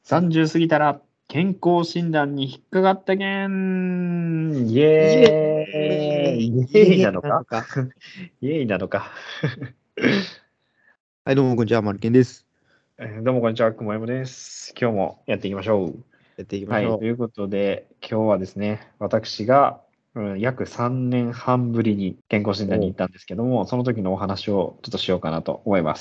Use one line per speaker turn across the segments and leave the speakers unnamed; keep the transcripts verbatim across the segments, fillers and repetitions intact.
さんじゅう過ぎたら健康診断に引っかかったけん。イエーイ。イエーイなのかイエーイなのか。
はい、どうも、こんにちは、マルケンです。
えーどうもこんにちは、くもやもです。今日もやっていきましょう。
やっていきま
はい、
しょ
ということで、今日はですね、私が、うん、約さんねんはんぶりに健康診断に行ったんですけども、その時のお話をちょっとしようかなと思います。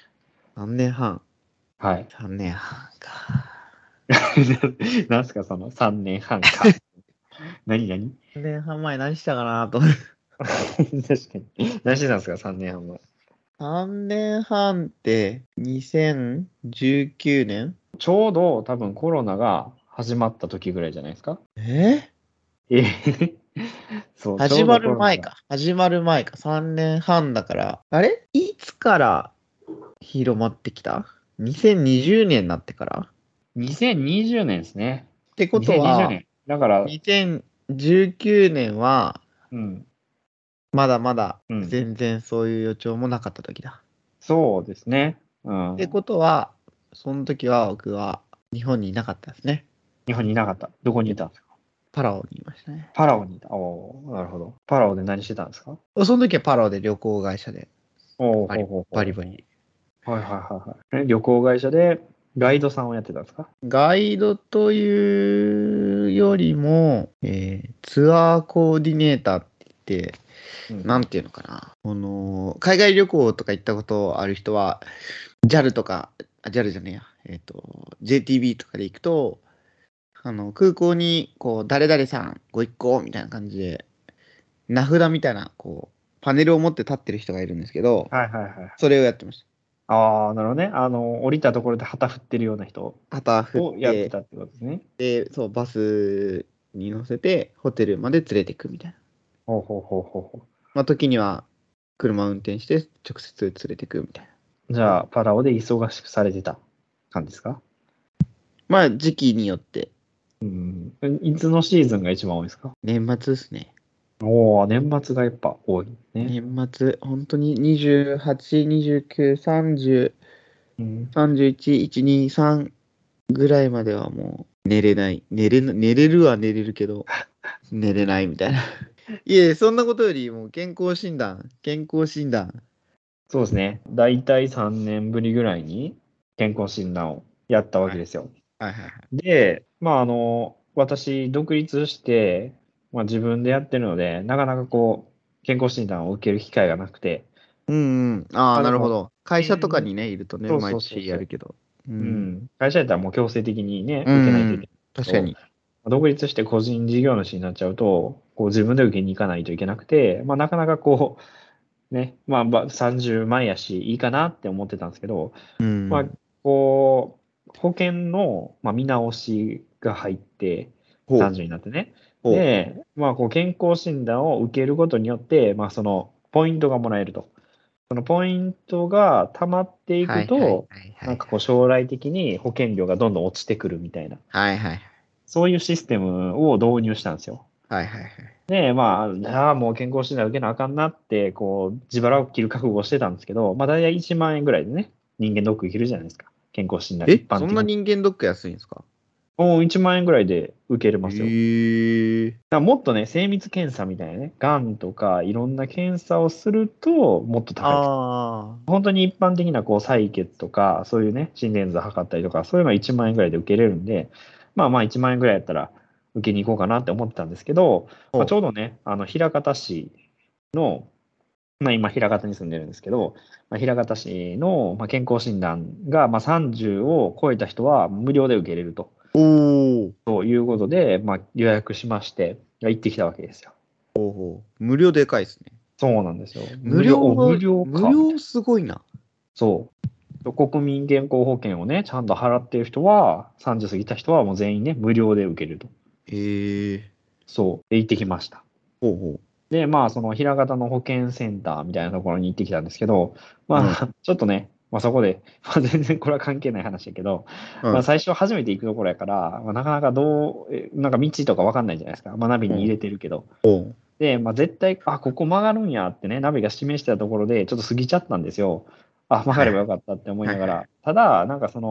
う。さんねんはん。
はい。
さんねんはんか。
なんすか、そのさんねんはんか。何何
さんねんはん前何したかなと思って。
確かに。何してたんですか、さんねんはん前。
さんねんはんってにせんじゅうきゅうねん
ちょうど多分コロナが始まった時ぐらいじゃないですか。
え
えーそう、ちょ
始ま
うどコロナが。
る前か。始まる前か。さんねんはんだから。あれいつから広まってきた ?にせんにじゅう 年になってから
にせんにじゅうねんですね。
ってこと
2020
は、
年。だから、
にせんじゅうきゅうねんは、
うん、
まだまだ
うん。
全然そういう予兆もなかった時だ。
そうですね。うん。
ってことは、その時は僕は日本にいなかったですね。
日本にいなかった。どこにいたんですか？
パラオにいましたね。
パラオにいた。おー、なるほど。パラオで何してたんですか？
その時はパラオで旅行会社で
おー、
バリ
ほうほうほ
バリバリ。
う。はいはいはいはい。え旅行会社でガイドさんをやってたんですか？
ガイドというよりも、えーツアーコーディネーターって言って、
うん
なんていうのかな。この、海外旅行とか行ったことある人は、ジャル とか、あ、ジャル じゃねえや、えっと、ジェイティービー とかで行くと、あの、空港に、こう、誰々さんご一行みたいな感じで、名札みたいな、こう、パネルを持って立ってる人がいるんですけど、
はいはいはい。
それをやってまし
ああ、なるほどね。あの、降りたところで旗振ってるような人
た。旗振っ
をやって
て、
たってことですね。
で、そう、バスに乗せて、ホテルまで連れてくみたいな。
ほうほうほうほうほ
まあ、時には、車運転して、直接連れてくみたいな。
う。じゃあ、パラオで忙しくされてた感じですか？
まあ、時期によって、
うん。いつのシーズンが一番多いですか？
年末ですね。
おお、年末がやっぱ多いね。
年末、本当ににじゅうはち、にじゅうきゅう、さんじゅう、
うん。
さんじゅういち、いち、に、さんぐらいまではもう寝れない。寝れな、寝れるは寝れるけど、寝れないみたいな。いえ、そんなことよりも健康診断、健康診断。
そうですね。だいたいさんねんぶりぐらいに健康診断をやったわ
はい
けですよ。
はいはいはい。
で、まあ、あの、私、独立して、まあ、自分でやってるので、なかなかこう、健康診断を受ける機会がなくて、
うんうん。ああ、
まあでも、
なるほど。会社とか
うん、
にね、いるとね、
そうそ
毎
うそうそ
年やるけど。う
う。う
ん。
ん。会社やったらもう強制的にね、
う
受けないといけ
ん。
ないけど、
確かに。
独立して個人事業主になっちゃうと、こう自分で受けに行かないといけなくて、まあなかなかこう、ね、まあばさんじゅうまんやし、いいかなって思ってたんですけど、
う
まあ、
ん。
こう、保険の、まあ、見直しが入って、
ほう。
さんじゅうになってね。
ほう。
で、まあ、こう、健康診断を受けることによって、まあ、その、ポイントがもらえると。そのポイントが溜まってい
はいはい
くと、
はいはい。
なんかこう、将来的に保険料がどんどん落ちてくるみたいな、
はいはい。
そういうシステムを導入したんですよ。
はいはいはい。
で、まあ、じゃあもう健康診断受けなあかんなって、こう、自腹を切る覚悟をしてたんですけど、まあ、大体いちまん円ぐらいでね、人間ドック行けるじゃないですか。健康診断、
え、
一般的に。
そんな人間ドック安いんですか？
もういちまん円ぐらいで受けれますよ。だか
へえ。
らもっとね、精密検査みたいなね、がんとかいろんな検査をすると、もっと高いです。
あ
本当に一般的なこう採血とか、そういうね、心電図測ったりとか、そういうのはいちまん円ぐらいで受けれるんで、まあまあいちまん円ぐらいやったら受けに行こうかなって思ってたんですけど、
あ。
まあ、ちょ
ほ
うどね、あの、枚方市の、まあ今、枚方に住んでるんですけど、まあ、枚方市の、まあ、健康診断が、まあ、さんじゅうを超えた人は無料で受けれると。
う。おお。
ということで、まあ、予約しまして、行ってきたわけですよ。
ほうほう。無料でかいですね。
そうなんですよ。
無
無料、お、無
料は、
料か、みたい
無料
な。
すごいな。
そう。国民健康保険をね、ちゃんと払っている人は、さんじゅう過ぎた人はもう全員ね、無料で受けると。
へえ。
そう。で、行ってきました。
ほうほ
で、まあ、その、枚方の保健センターみたいなところに行ってきたんですけど、
う。うん。
まあ、ちょっとね、まあそこで、まあ全然これは関係ない話だけど、まあ
うん。
最初初めて行くところやから、まあ、なかなかどう、えなんか道とかわかんないじゃないですか。まあナビに入れてるけど。
ほう。
で、まあ、絶対、あ、ここ曲がるんやってね、ナビが示してたところで、ちょっと過ぎちゃったんですよ。あ、曲がればよ
はいはい。
かったって思い
はいはい。
ながら。ただ、なんかその、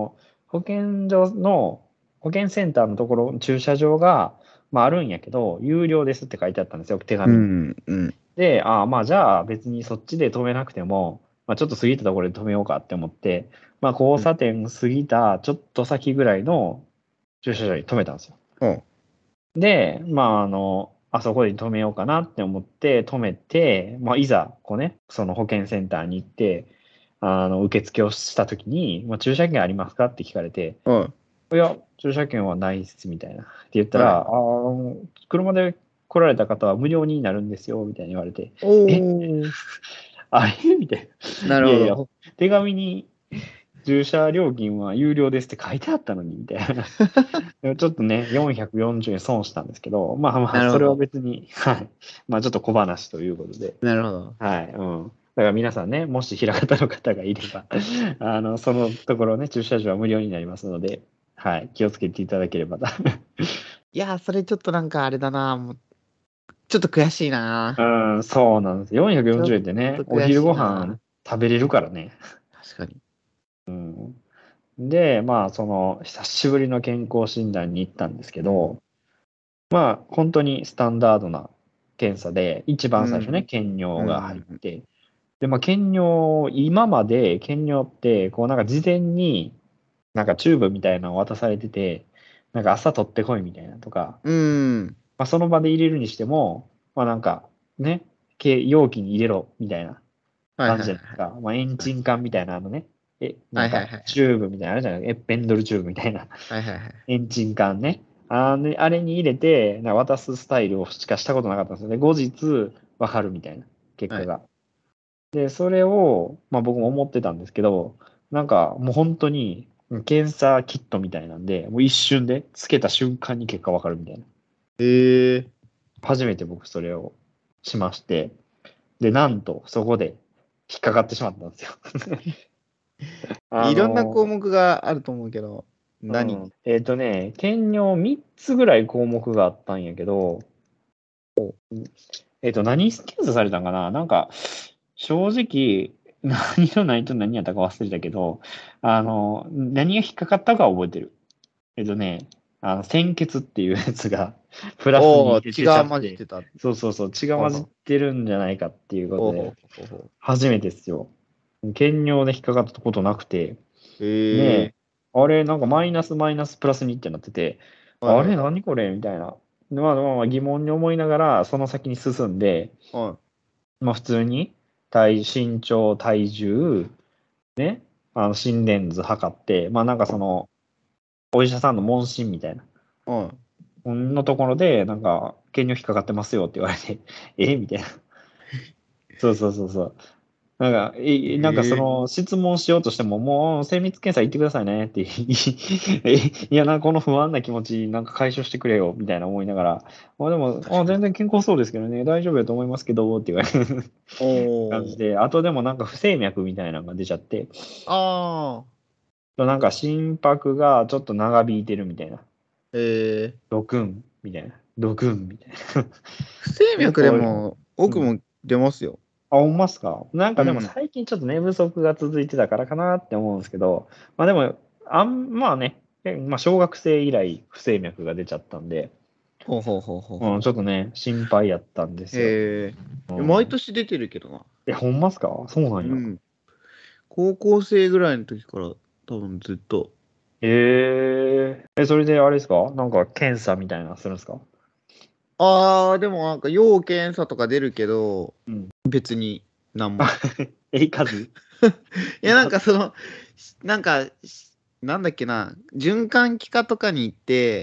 保健所の、保健センターのところ、駐車場が、まあ、あるんやけど、有料ですって書いてあったんですよ、手
う
紙に。
んうん
で、ああ、まあじゃあ別にそっちで止めなくても、まあ、ちょっと過ぎたところで止めようかって思って、まあ交差点過ぎたちょっと先ぐらいの駐車場に止めたんですよ。
うん
で、まああの、あそこで止めようかなって思って止めて、まあいざ、こうね、その保健センターに行って、あの、受付をしたときに、まあ、駐車券ありますかって聞かれて、
うん
いや、駐車券はないっす、みたいな。って言った
はい
ら、ああ、車で来られた方は無料になるんですよ、みたいに言われて、え、
おー
あれみたいな。いやいや、
なるほど。
手紙に駐車料金は有料ですって書いてあったのに、みたいな。でもちょっとね、よんひゃくよんじゅうえん損したんですけど、まあまあ、それは
なるほど。
別に、はい。まあちょっと小話ということで、
なるほど。
はい。うん。だから皆さんね、もし枚方の方がいれば、あの、そのところね、駐車場は無料になりますので、はい。気をつけていただければと。
いやー、それちょっとなんかあれだな。もうちょっと悔しいな。
うん、そうなんです。440
ちょっ
円でね、
と悔しい
お昼ご飯
な。
食べれるからね。
確かに。
で、まあ、その、久しぶりの健康診断に行ったんですけど、まあ、本当にスタンダードな検査で、一番最初ね、
うん。
検
う
尿が入っ
ん。
て、で、まあ、検尿、今まで検尿って、こう、なんか事前に、なんかチューブみたいなのを渡されてて、なんか朝取ってこいみたいなとか、
うん。
まあ、その場で入れるにしても、まあ、なんか、ね、け容器に入れろみたいな
はい
感じ
はいはいはい。
じゃないですか。まあ、エンチン管みたいなあのね、え、なんか、
はいはいはいはい。
チューブみたいなのあるじゃないですか。エッペンドルチューブみたいな。
はいはいはい。
エンチン管ね。あのあれに入れて、なんか渡すスタイルをしかしたことなかったんですよね。後日、わかるみたいな、結
はい。
果が。で、それを、まあ僕も思ってたんですけど、なんかもう本当に、検査キットみたいなんで、もう一瞬で、つけた瞬間に結果わかるみたいな。
ええ
初めて僕それをしまして、で、なんと、そこで引っかかってしまったんですよ。あ
いろんな項
の、
目があると思うけど、
う
何
ん、えっとね、検尿みっつぐらい項目があったんやけど、えっと、何検査されたんかななんか、正直、何の何と何やったか忘れたけど、あの、何が引っかかったかは覚えてる。えっとね、あの、鮮血っていうやつが、プラス
おお、
に出ちゃ
血が
って、
混じってた。
そうそうそう、血が混じっ
ほうほ
てるんじゃないかっていうことで、
うほうほうほ
初めてですよ。検尿で引っかかったことなくて、
う。え
で、
え
あれ、なんかマイナスマイナスプラスにってなってて、あれ、
はいはい。
何これみたいな。でまあ、まあまあ疑問に思いながら、その先に進んで、
は
まあ、普通に体身長、体重、ね、あの心電図測って、まあなんかその、お医者さんの問診みたいな、
い。はい。
のところで、なんか、検尿引っかかってますよって言われて、えみたいな。そうそうそうそう。なんか、え、なんかそ
ええ
の質問しようとしても、もう精密検査行ってくださいねっていえいやな、この不安な気持ちなんか解消してくれよみたいな思いながら、あ、でも、あ、
確かに。
全然健康そうですけどね、大丈夫だと思いますけどって言われる感
おお。
じで、あとでもなんか不整脈みたいなのが出ちゃって、
ああ。
なんか心拍がちょっと長引いてるみたいな、
ええ
ドクンみたいな、ドクンみたいな。
不整脈で
結構、
も、
うん。
奥も出ますよ。
あ、ほんまっすか。なんかでも
うん。
最近ちょっと寝不足が続いてたからかなって思うんですけど、まあでも、あん、まあね、えまあ小学生以来不整脈が出ちゃったんで、
ほうほうほうほう
うん、
ほ
ちょっとね、心配やったんで
う。
すよ。
へえ。毎
うん。
年出てるけどな。
え、ほんまっすかそうなんや。
うん。高校生ぐらいの時から多分ずっと。
えー、え、それであれですかなんか検査みたいなのするんですか？
ああ、でもなんか要検査とか出るけど、
うん。
別になんも。
え、行かず
いや、なん
行かず
かその、なんか、なんだっけな、循環器科とかに行って、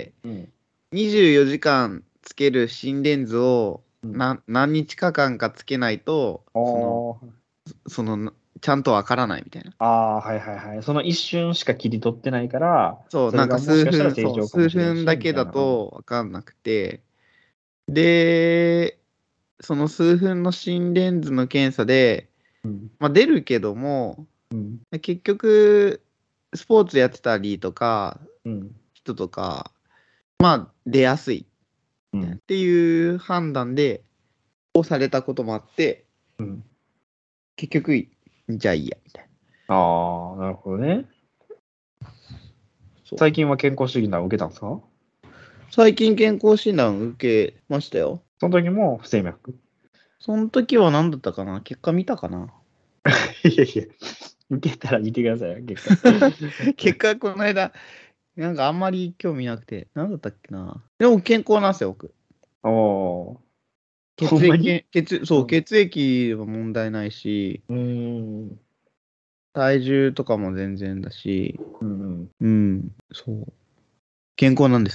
うん。
にじゅうよじかんつける心電図を
うん。
何、何日か間かつけないと、
あ
その、
ー
その、ちゃんとわからないみたいな。
あー、はいはいはい。その一瞬しか切り取ってないから、
そう、なんか
それがもし
数分、
かしたら正
そう、
常かもしれん
数分だ
し、み
けだ
たいな。うん。
とわかんなくて、で、その数分の心電図の検査で、
うん。
まあ、出るけども、
うん。
結局、スポーツやってたりとか、
うん。
人とか、まあ、出やすい
うん
っていう判断で、こうされたこともあって、
うん。
結局、じゃあいいや、みたい
ああ、なるほどね。
そう
最近は健康診断受けたんですか？
最近健康診断受けましたよ。
その時も不整脈？
その時は何だったかな、結果見たかな。
いやいや、受けたら見てくださいよ、結果。
結果この間、なんかあんまり興味なくて、何だったっけな。でも健康なんですよ、僕。
おー。ほ
血
んまに？
液、血、そうう、
ん
血液は問題ないし、
うーん。
体重とかも全然だし、
うんうん。
うん、そう。健康なんです。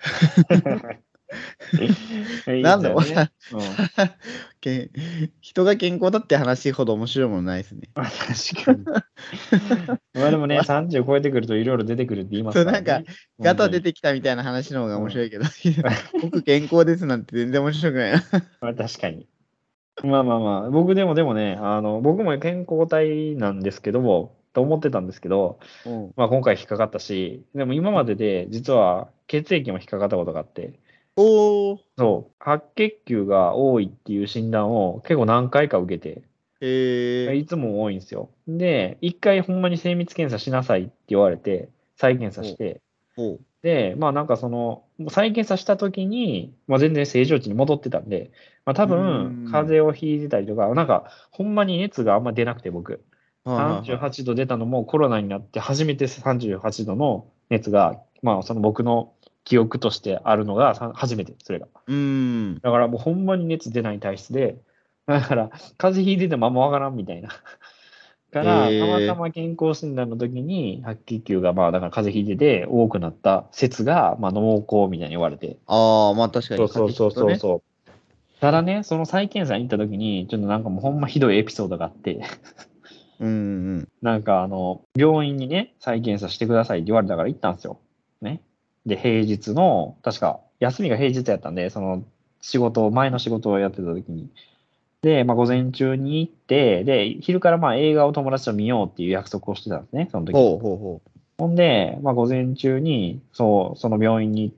いいで
なんだ、
すよね。
さ、
うん。
さ、け人が健康だって話ほど面白いものないですね。
まあ確かに。まあでもね、
わ
さんじゅう超えてくるといろいろ出てくるって言いま
そう、なんか、
すからね。
ガタ
本当に。
出てきたみたいな話の方が
うん。
面白いけど、僕健康ですなんて全然面白くないな。
まあ確かに。まあまあまあ、僕でもでもね、あの、僕も健康体なんですけども、と思ってたんですけど、
うん。
まあ今回引っかかったし、でも今までで実は血液も引っかかったことがあって、
おー、
そう、白血球が多いっていう診断を結構何回か受けて、
へえ
いつも多いんですよ。で、一回ほんまに精密検査しなさいって言われて、再検査
ー、お
して、
おう。
で、まあなんかその、再検査した時に、まあ全然正常値に戻ってたんで、まあ多
うー
分、
ん。
風邪をひいてたりとか、なんか、ほんまに熱があんま出なくて僕、
はいはい
38
はい。
度出たのもコロナになって初めてさんじゅうはちどの熱が、まあその僕の記憶としてあるのがさ初めて、それが。
うーん。
だからもうほんまに熱出ない体質で、だから風邪ひいててもあんまわからんみたいな。から、たま
へえ。
たま健康診断の時に白血球がまあだから風邪ひいてて多くなった説が、まあ濃厚みたいに言われて。
ああ、まあ確かに風
そうそうそう
邪ひくとね。
そうそう。ただね、その再検査に行った時に、ちょっとなんかもうほんまひどいエピソードがあって、
うんうん。
なんかあの、病院にね、再検査してくださいって言われたから行ったんですよ。ね。で、平日の、確か休みが平日やったんで、その仕事、前の仕事をやってた時に。で、まあ午前中に行って、で、昼からまあ映画を友達と見ようっていう約束をしてたんですね、その時。
ほうほうほ
ほんで、まあ午前中に、そう、その病院に行って、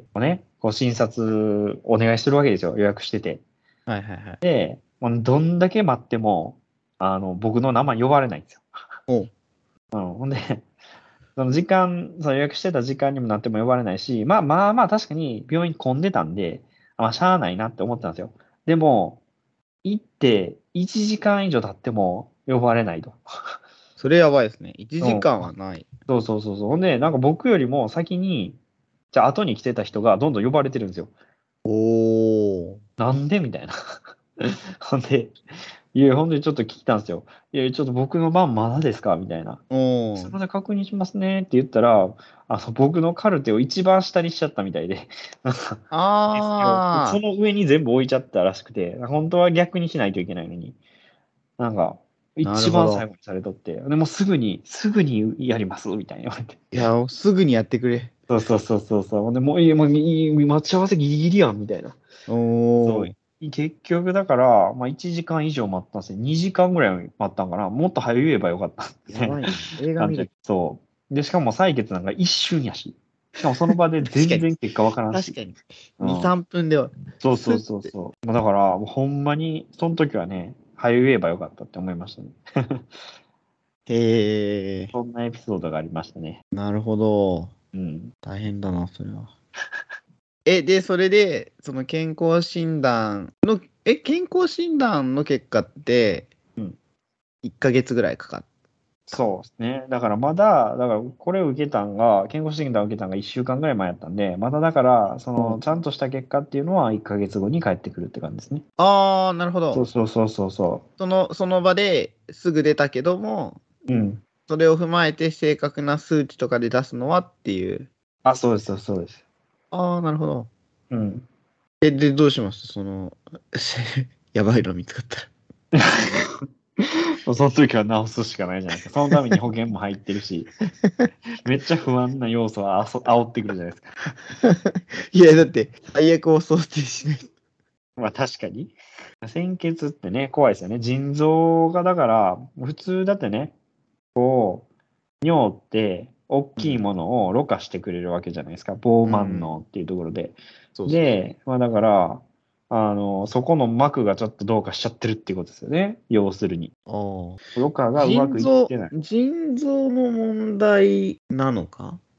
こうね、こう診察お願いするわけですよ、予約してて。
う。はいはいはい。
で、もうどんだけ待っても、あの、僕の名前呼ばれないんですよ。
おう。
うん。ほんで、その時間、その予約してた時間にもなっても呼ばれないし、まあまあまあ確かに病院混んでたんで、まあしゃあないなって思ってたんですよ。でも、行っていちじかん以上経っても呼ばれないと。
それやばいですね。1
うん。
時間はない。
そうそうそうそう。ほんで、なんか僕よりも先に、じゃあ後に来てた人がどんどん呼ばれてるんですよ。
おお。
なんでみたいな。ほんで、いや、ほんでちょっと聞いたんですよ。いや、ちょっと僕の番まだですかみたいな。
おお。
すみません、確認しますねって言ったら、あの、僕のカルテを一番下にしちゃったみたいで、なんか、ですよ。そ
あ
の上に全部置いちゃったらしくて、本当は逆にしないといけないのに、なんか、
あ、なるほど。
一番最後にされとって、でもすぐに、すぐにやりますみたいに言われて。
いや、すぐにやってくれ。
そうそうそうそうそう。ほんで、もういい、もういい、待ち合わせギリギリやんみたいな。
お
そう。
お。
結局だから、まあいちじかん以上待ったんですよ。にじかんぐらい待ったんかな。もっと早く言えばよかったみたいな
やばいな。映画
感じで。
見る。
そう。で、しかも採血なんか一瞬やし。しかもその場で
確かに。
全然結果わからんし。
確かに。に、
うん。
さんぷんでは。
そうそう
すって。
そうそう。もうだから、もうほんまに、その時はね、早く言えばよかったって思いましたね。
へえ。
そんなエピソードがありましたね。
なるほど。
うん。
大変だな、それは。え、で、それで、その健康診断の、え、健康診断の結果って、
うん。
いっかげつぐらいかかった。
そうですね。だからまだ、だからこれを受けたんが、健康診断を受けたんがいっしゅうかんぐらい前やったんで、まだだから、その、ちゃんとした結果っていうのはいっかげつごに返ってくるって感じですね。
ああ、なるほど。
そうそうそうそうそ
その、その場ですぐ出たけども、
う。うん。
それを踏まえて正確な数値とかで出すのはっていう。
あ、そうです、そうです。
ああ、なるほど。
うん。
え、で、どうしますその、やばいの見つかったら。
その時は直すしかないじゃないですか。そのために保険も入ってるし、めっちゃ不安な要素はあそ煽ってくるじゃないですか。
いや、だって、最悪を想定しない。
まあ確かに。鮮血ってね、怖いですよね。腎臓がだから、普通だってね、尿って大きいものをろ過してくれるわけじゃないですか。ボーマン
うん
脳っていうところで。
そうそうそう。
で、まあだから、あの、そこの膜がちょっとどうかしちゃってるっていうことですよね。要するに。
ああ。
ろ過がうまくいっ
腎臓、
てない。
腎臓の問題なのか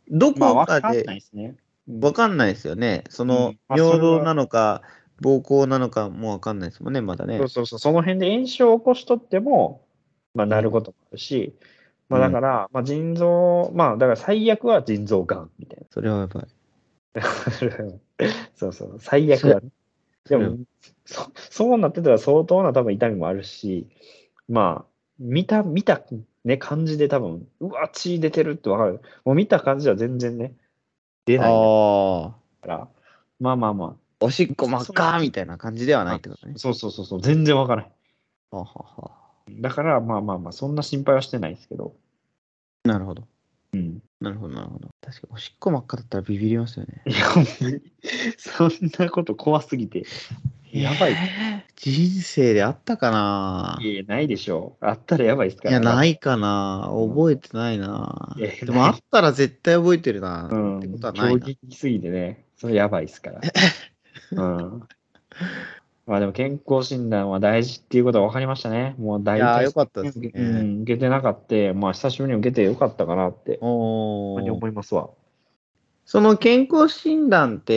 ど
まあ、
こか
わかんない
で
ですね。うん
わかんないですよね。その、
うんまあそれは
尿道なのか、膀胱なのかもわかんないですもんね、まだね。
そうそうそう、その辺で炎症を起こしとっても、まあ、なることもあるし、まあ、だから、まあ、腎臓、まあ、だから最悪は腎臓がんみたい
それはやばい。
な。そうそう、最悪
それ
はね。で
それは
も、そそうなってたら相当な多分痛みもあるし、まあ、見た、見た、ね、感じで多分、うわ、血出てるってわかる。もう見た感じは全然ね、出ないんだか
ああ、
ら、まあまあまあ、
おしっこ真っ
それ
赤みたいな感じではないっ
あ
てことね。
そうそうそうそう、全然わからない。
はあはあはあ
だから、まあまあまあ、そんな心配はしてないですけど。
なるほど。
うん。
なるほど、なるほど。確かに、おしっこ真っ赤だったらビビりますよね。
いや、ほんまにそんなこと怖すぎて。やばい。
えー人生であったかない
や、ないでしょう。あったらやばいですか
いや、
ら。
ないかな
うん
覚えてないな。
いや、
でも、あ
ない。
ったら絶対覚えてるな。
う
ってこと
ん。
はないな。
衝撃すぎてね。それやばいですから。うん。まあでも健康診断は大事っていうことが分かりましたね。もう
いやー、
大体、
よかったです
う
ね。
ん、受けてなかった。まあ久しぶりに受けてよかったかなって、ほんまに
おー。
思いますわ。
その健康診断って、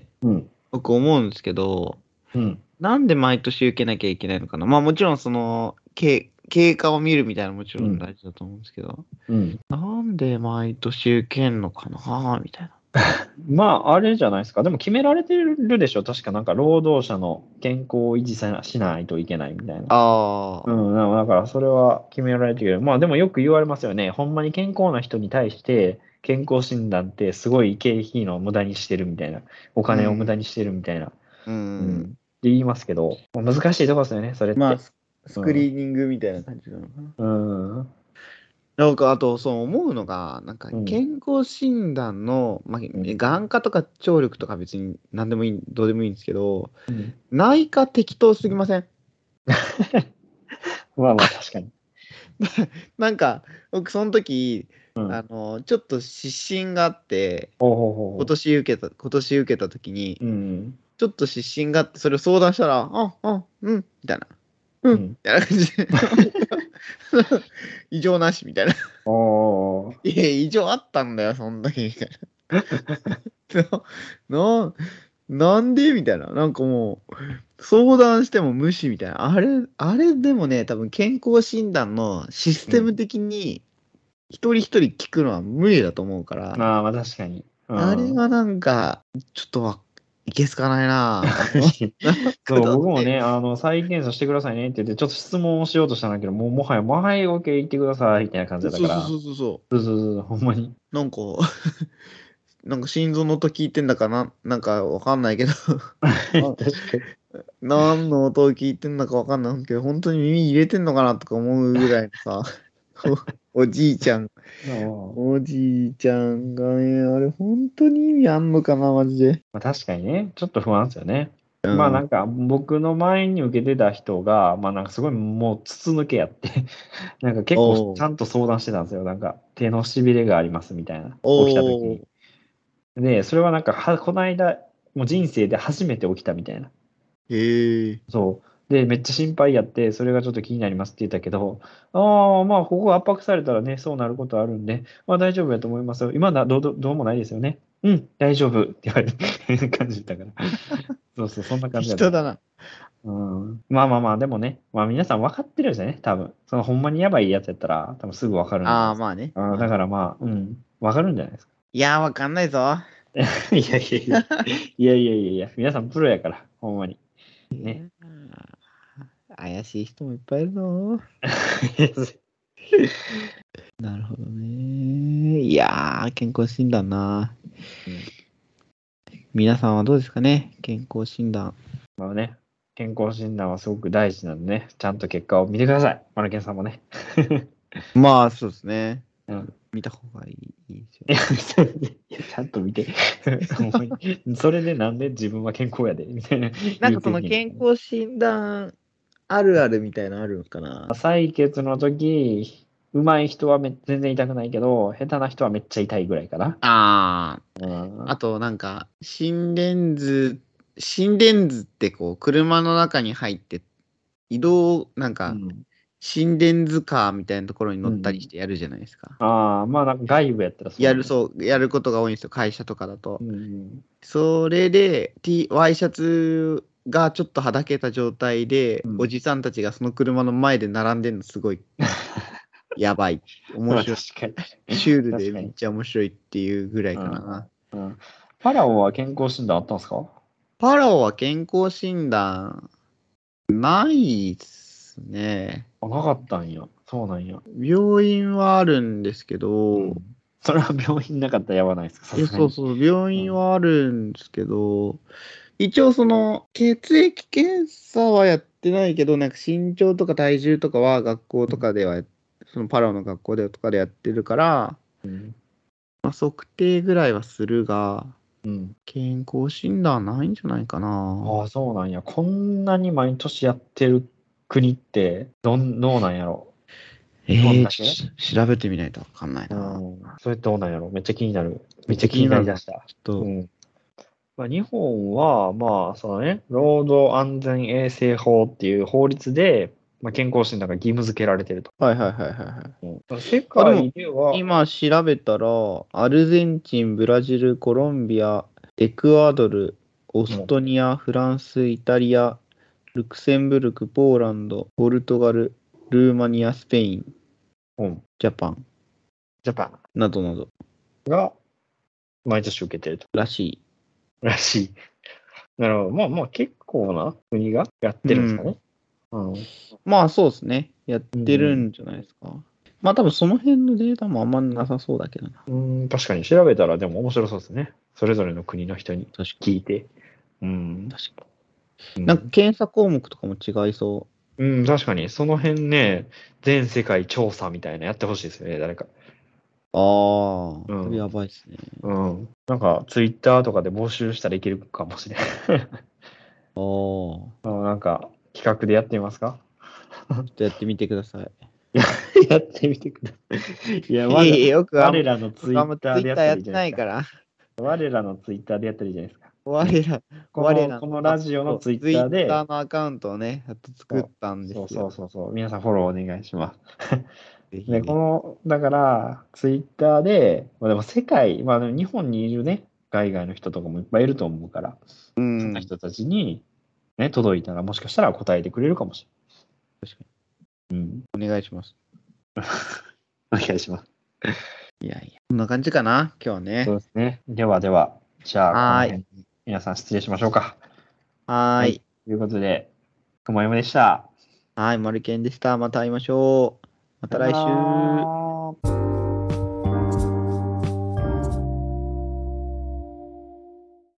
うん。
僕思うんですけど、
うん。
なんで毎年受けなきゃいけないのかな。まあもちろんその経、経過を見るみたいなのもちろん
うん。
大事だと思うんですけど、
うん。
なんで毎年受けんのかなみたいな。
まあ、あれじゃないですか。でも決められてるでしょ。確かなんか労働者の健康を維持さしないといけないみたいな。
ああ、
うん、だからだからそれは決められてるけど、まあでもよく言われますよね。ほんまに健康な人に対して健康診断ってすごい経費の無駄にしてるみたいな。お
う
金を無駄
ん、
にしてるみたいな。
う
うん。っ
ん。
て言いますけど、まあ難しいとこですよね、それっ
まあ、
て。
スス
うん。
クリーニングみたいな感じなのかな。
うん。
なんか、あと、そう思うのが、なんか、
うん。
健康診断の、まあ、
うん。
眼科とか聴力とか別に何でもいい、どうでもいいんですけど、
うん
内科適当すぎません？
まあまあ確かに。
なんか、僕、その時、
うん。
あの、ちょっと湿疹があって、
ほうほうほう
今
ほ
年受けた、今年受けた時に、
う。うん。
ちょっと湿疹があって、それを相談したら、あ、あ、うん、みたいな。うん、み
うん。
たいな感じで、異常なし、みたいな。
おー。
いや、異常あったんだよ、そん時、みたいな。な、なんでみたいな。なんかもう、相談しても無視みたいな。あれ、あれでもね、多分健康診断のシス
うん。
テム的に一人一人聞くのは無理だと思うから、
まあまあ確かに。う
あれ
ん。
はなんか、ちょっとは、いけすかないな。あの、なんか
そう、
だって、
僕もね、あの、再検査してくださいねって言って、ちょっと質問をしようとしたんだけど、もうもはや、もうはい、オッケー言ってください、みたいな感じ
そうそうそう
だったから、
そうそ
そうそうそう、ほんまに。
う。なんか、なんか心臓の音聞いてんだかな、なんかわかんないけど
確かに。
何の音を聞いてんのかわかんないけど、本当に耳入れてんのかなとか思うぐらいのさ、お、おじいちゃん、
うん
おじいちゃんがね、あれ本当に意味あんのかな、マジで。
まあ、確かにね、ちょっと不安ですよね。
うん。
まあなんか、僕の前に受けてた人が、まあなんかすごいもう筒抜けやって、なんか結構ち
おー、
ゃんと相談してたんですよ。なんか手のしびれがありますみたいな、起きた時に。
おー、
で、それはなんかは、この間、もう人生で初めて起きたみたいな。
へえ、
そう。で、めっちゃ心配やって、それがちょっと気になりますって言ったけど、ああ、まあ、ここ圧迫されたらね、そうなることあるんで、まあ大丈夫やと思いますよ。今などうどうどうもないですよね。うん、大丈夫って言われる感じだったから。そうそう、そんな感じだったから。
適当だな。
うん。まあまあまあ、でもね、まあ皆さん分かってるんですよね、多分。そのほんまにやばいやつやったら、多分すぐ分かるんじゃない
ああ、
ですか。
まあね。
あーだ
まあね。
からまあ、うん、分かるんじゃないですか。
いやー、わかんないぞ。
いやいやいや、いやいやいやいや、皆さんプロやから、ほんまに。ね。
いやー怪しい人もいっぱいいるの。なるほどね。いやー、健康診断な。
うん
皆さんはどうですかね、健康診断。
まあね、健康診断はすごく大事なんでね、ちゃんと結果を見てください。マルケンさんもね。
まあ、そうですね。
うん。
見た方がいい、いいですよ
いや、
ね。
いやちゃんと見て。ほんまにそれでなんで自分は健康やで、みたいな
なんかそ
言うてんねん。
の健康診断あるあるみたいなのあるのかな。
採血の時、上手い人はめ全然痛くないけど、下手な人はめっちゃ痛いぐらいかな。
あ
う
あ、あ
ん。
となんか、心電図、心電図ってこう、車の中に入って、移動、なんか、
うん。
心電図カーみたいなところに乗ったりしてやるじゃないですか。
ああ、まあなんか外部やったらそう、
やる、そう、やることが多いんですよ、会社とかだと。
うんうん。
それで、T、ワイシャツがちょっとはだけた状態で、
うん
おじさんたちがその車の前で並んでるのすごいやばい。面白い。
確かに。
シュールで
確かに
めっちゃ面白いっていうぐらいかな。
うんうん。パラオは健康診断あったんですか？
パラオは健康診断ないっすね。
あ、なかったんや。そうなんや。
病院はあるんですけど、
うんそれは病院なかったらやばないですか？さ
いや
すがに。
そうそう、病院はあるんですけど、一応その血液検査はやってないけど、なんか身長とか体重とかは学校とかでは、そのパラオの学校でとかでやってるから、
うん。
まあ、測定ぐらいはするが、
うん。
健康診断ないんじゃないかな。
ああ、そうなんや。こんなに毎年やってる国って、どん、どうなんやろ。日本
えー、
だけ
ちょっと調べてみないとわかんないな。
うん。それどうなんやろ。めっちゃ気になる。めっちゃ気になりだした。
ちょっと、
うん。まあ、日本は、まあ、そのね、労働安全衛生法っていう法律で、まあ、健康診断が義務付けられてると。
はいはいはいはいはい。
うん、世
あ、でも、
界では、
今調べたら、アルゼンチン、ブラジル、コロンビア、エクアドル、オストニア、フランス、イタリア、ルクセンブルク、ポーランド、ポルトガル、ルーマニア、スペイン、
うん、
ジャパン
ジャパ
などなど
ンが毎年受けてると。
らしい。
らしい。なるほど。まあまあ結構な国がやってるんですかね。うん。
まあそうですね。やってるんじゃないですか。まあ多分その辺のデータもあんまなさそうだけどな。
うん、確かに調べたらでも面白そうですね。それぞれの国の人に
確か
聞いて。うん。
確かに。
うん
なんか検査項目とかも違いそ
うん、確かに、その辺ね、全世界調査みたいなやってほしいですよね、誰か。
う。ああ、
うん
それやばいっすね。
うん。なんか、ツイッターとかで募集したらいけるかもしれない。
ああ、ちょ
あなんか、企画でやってみますか？
っとやってみてください。
やってみてください。いや、
いえいえ、
我
よくあんま、
我らのツイ
僕あんま
ッターでやった
ツイッターやって
らいいじゃないですか。
ないから。
我らのツイッターでやったらいいじゃないですか。ね、
我ら、
この、
我らの、
このラ
あ、
ジオのツイッ
ツイッ
ターで、
ターのアカウントをね、やっと作ったんで
そうそう
すよ。
そうそう、皆さんフォローお願いします。で、こ
ぜひぜひ。
の、だから、ツイッターで、まあ、でも世界、まあでも日本にいるね、海外の人とかもいっぱいいると思うから、
う
そんなん
ん。
人たちに、ね、届いたらもしかしたら答えてくれるかもし
確か
れない。うん。
に。お願いします。
お願いします。
いやいや。こんな感じかな、今日は
そう
ね。
ですね。ではでは、じゃあ、この
はーい。
辺、皆さん失礼しましょうか。はい。
はーい。
ということで、くもやむでした。
はい、マルケンでした。また会いましょう。ま
さよな
た来週。
ら。